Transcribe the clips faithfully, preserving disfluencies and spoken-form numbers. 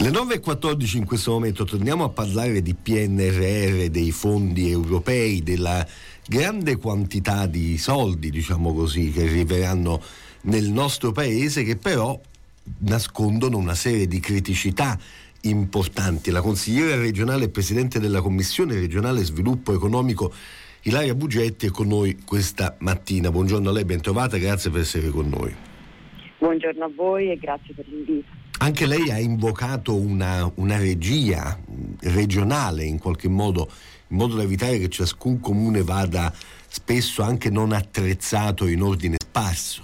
Le nove e quattordici in questo momento torniamo a parlare di P N R R, dei fondi europei, della grande quantità di soldi, diciamo così, che arriveranno nel nostro paese, che però nascondono una serie di criticità importanti. La consigliera regionale e presidente della Commissione regionale sviluppo economico Ilaria Bugetti è con noi questa mattina. Buongiorno a lei, ben trovata, grazie per essere con noi. Buongiorno a voi e grazie per l'invito. Anche lei ha invocato una, una regia regionale in qualche modo, in modo da evitare che ciascun comune vada spesso anche non attrezzato in ordine sparso.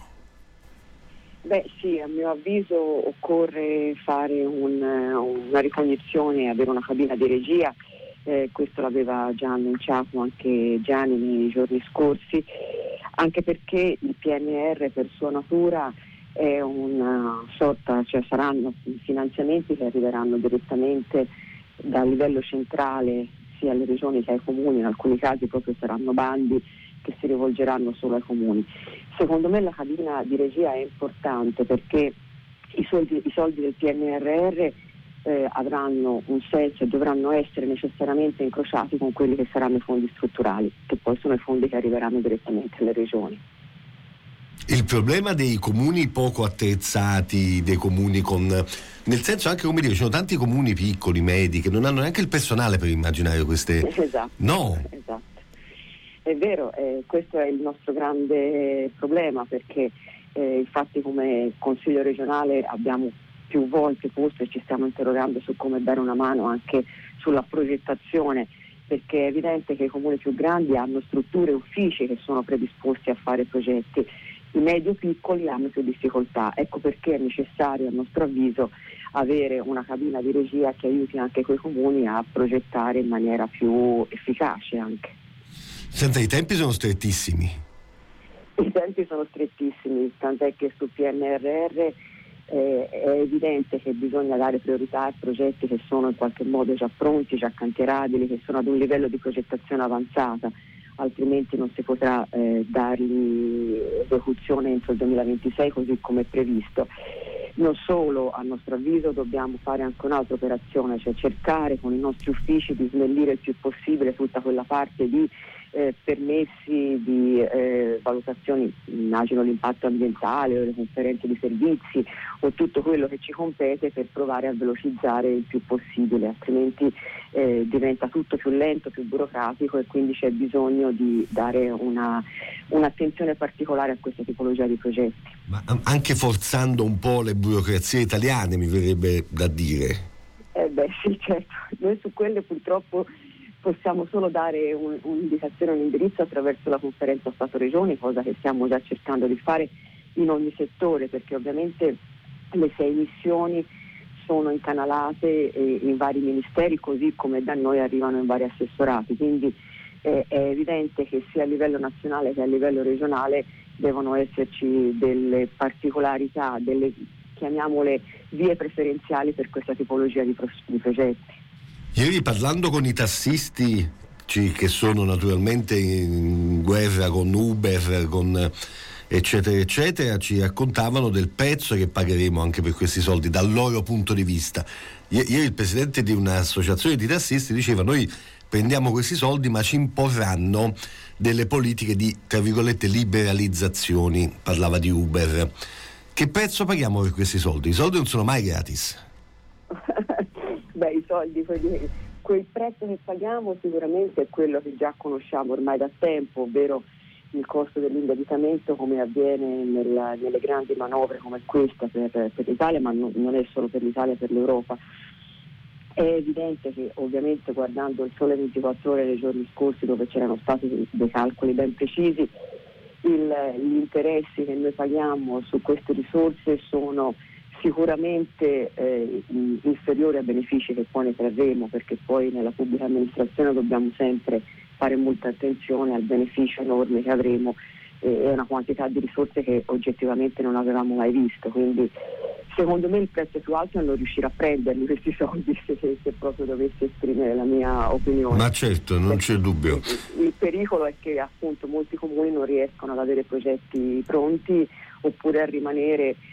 Beh sì, a mio avviso occorre fare un, una ricognizione, avere una cabina di regia, eh, questo l'aveva già annunciato anche Gianni nei giorni scorsi, anche perché il P N R per sua natura è una sorta, cioè saranno finanziamenti che arriveranno direttamente dal livello centrale sia alle regioni che ai comuni, in alcuni casi proprio saranno bandi che si rivolgeranno solo ai comuni. Secondo me la cabina di regia è importante perché i soldi, i soldi del P N R R eh, avranno un senso e dovranno essere necessariamente incrociati con quelli che saranno i fondi strutturali, che poi sono i fondi che arriveranno direttamente alle regioni. Il problema dei comuni poco attrezzati, dei comuni con, nel senso anche, come dire, ci sono tanti comuni piccoli, medi, che non hanno neanche il personale per immaginare queste... Esatto. No. Esatto. È vero, eh, questo è il nostro grande problema perché eh, infatti come Consiglio regionale abbiamo più volte posto e ci stiamo interrogando su come dare una mano anche sulla progettazione, perché è evidente che i comuni più grandi hanno strutture e uffici che sono predisposti a fare progetti, i medio-piccoli hanno più difficoltà, ecco perché è necessario a nostro avviso avere una cabina di regia che aiuti anche quei comuni a progettare in maniera più efficace anche. Senta, i tempi sono strettissimi. I tempi sono strettissimi, tant'è che sul P N R R eh, è evidente che bisogna dare priorità a progetti che sono in qualche modo già pronti, già cantierabili, che sono ad un livello di progettazione avanzata, altrimenti non si potrà eh, dargli esecuzione entro il duemilaventisei così come è previsto. Non solo, a nostro avviso dobbiamo fare anche un'altra operazione, cioè cercare con i nostri uffici di snellire il più possibile tutta quella parte di eh, permessi, di eh, valutazioni, immagino l'impatto ambientale o le conferenze di servizi o tutto quello che ci compete per provare a velocizzare il più possibile, altrimenti eh, diventa tutto più lento, più burocratico e quindi c'è bisogno di dare una, un'attenzione particolare a questa tipologia di progetti. Ma anche forzando un po' le burocrazie italiane, mi verrebbe da dire. Eh beh sì, certo, noi su quelle purtroppo possiamo solo dare un, un'indicazione, un indirizzo attraverso la conferenza Stato-Regioni, cosa che stiamo già cercando di fare in ogni settore, perché ovviamente le sei missioni sono incanalate eh, in vari ministeri, così come da noi arrivano in vari assessorati, quindi eh, è evidente che sia a livello nazionale che a livello regionale devono esserci delle particolarità, delle, chiamiamole, vie preferenziali per questa tipologia di, pro- di progetti. Ieri parlando con i tassisti, che sono naturalmente in guerra con Uber, con eccetera eccetera, ci raccontavano del prezzo che pagheremo anche per questi soldi dal loro punto di vista. Ieri il presidente di un'associazione di tassisti diceva: noi prendiamo questi soldi ma ci imporranno delle politiche di, tra virgolette, liberalizzazioni. Parlava di Uber. Che prezzo paghiamo per questi soldi? I soldi non sono mai gratis. Beh, i soldi, quelli, quel prezzo che paghiamo sicuramente è quello che già conosciamo ormai da tempo, ovvero il costo dell'indebitamento come avviene nella, nelle grandi manovre come questa per, per l'Italia, ma non, non è solo per l'Italia, per l'Europa. È evidente che ovviamente guardando il Sole ventiquattro Ore nei giorni scorsi, dove c'erano stati dei calcoli ben precisi, il, gli interessi che noi paghiamo su queste risorse sono sicuramente eh, inferiori ai benefici che poi ne trarremo, perché poi nella pubblica amministrazione dobbiamo sempre fare molta attenzione al beneficio enorme che avremo, eh, è una quantità di risorse che oggettivamente non avevamo mai visto, quindi secondo me il prezzo più alto è non riuscire a prenderli questi soldi, se, se proprio dovessi esprimere la mia opinione. Ma certo, non c'è dubbio. Il, il pericolo è che appunto molti comuni non riescono ad avere progetti pronti oppure a rimanere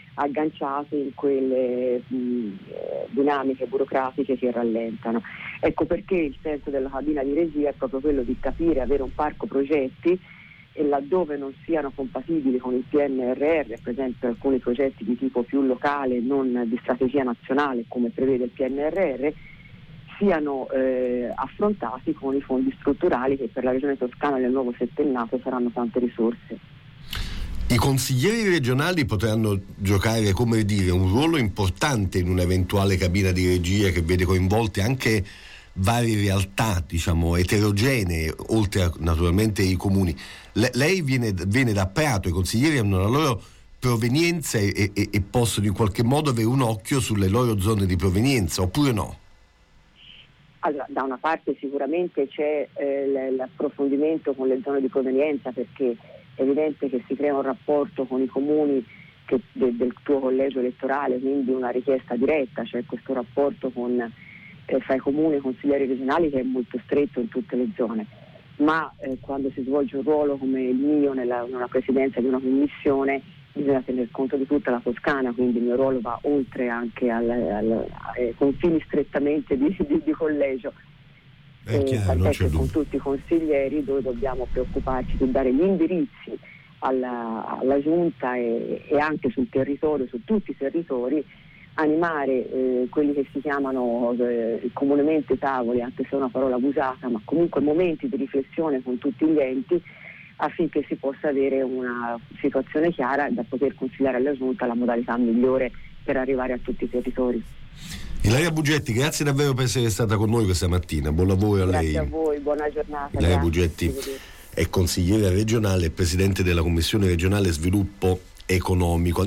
agganciate in quelle mh, dinamiche burocratiche che rallentano. Ecco perché il senso della cabina di regia è proprio quello di capire, avere un parco progetti e laddove non siano compatibili con il P N R R, per esempio alcuni progetti di tipo più locale, non di strategia nazionale come prevede il P N R R, siano eh, affrontati con i fondi strutturali che per la Regione Toscana nel nuovo settennato saranno tante risorse. I consiglieri regionali potranno giocare, come dire, un ruolo importante in un'eventuale cabina di regia che vede coinvolte anche varie realtà, diciamo, eterogenee, oltre a naturalmente i comuni. Le, lei viene, viene da Prato, i consiglieri hanno la loro provenienza e, e, e possono in qualche modo avere un occhio sulle loro zone di provenienza, oppure no? Allora, da una parte sicuramente c'è eh, l'approfondimento con le zone di provenienza, perché è evidente che si crea un rapporto con i comuni che, de, del tuo collegio elettorale, quindi una richiesta diretta, cioè questo rapporto con, eh, fra i comuni e i consiglieri regionali che è molto stretto in tutte le zone, ma eh, quando si svolge un ruolo come il mio nella, nella presidenza di una commissione bisogna tener conto di tutta la Toscana, quindi il mio ruolo va oltre anche al, al, ai confini strettamente di, di, di collegio. È chiaro, non c'è con tutti i consiglieri dove dobbiamo preoccuparci di dare gli indirizzi alla, alla giunta e, e anche sul territorio, su tutti i territori, animare eh, quelli che si chiamano eh, comunemente tavoli, anche se è una parola abusata, ma comunque momenti di riflessione con tutti gli enti, affinché si possa avere una situazione chiara da poter consigliare alla giunta la modalità migliore per arrivare a tutti i territori. Ilaria Bugetti, grazie davvero per essere stata con noi questa mattina, buon lavoro a lei. Grazie a voi, buona giornata. Ilaria Bugetti è consigliera regionale e presidente della Commissione regionale sviluppo economico.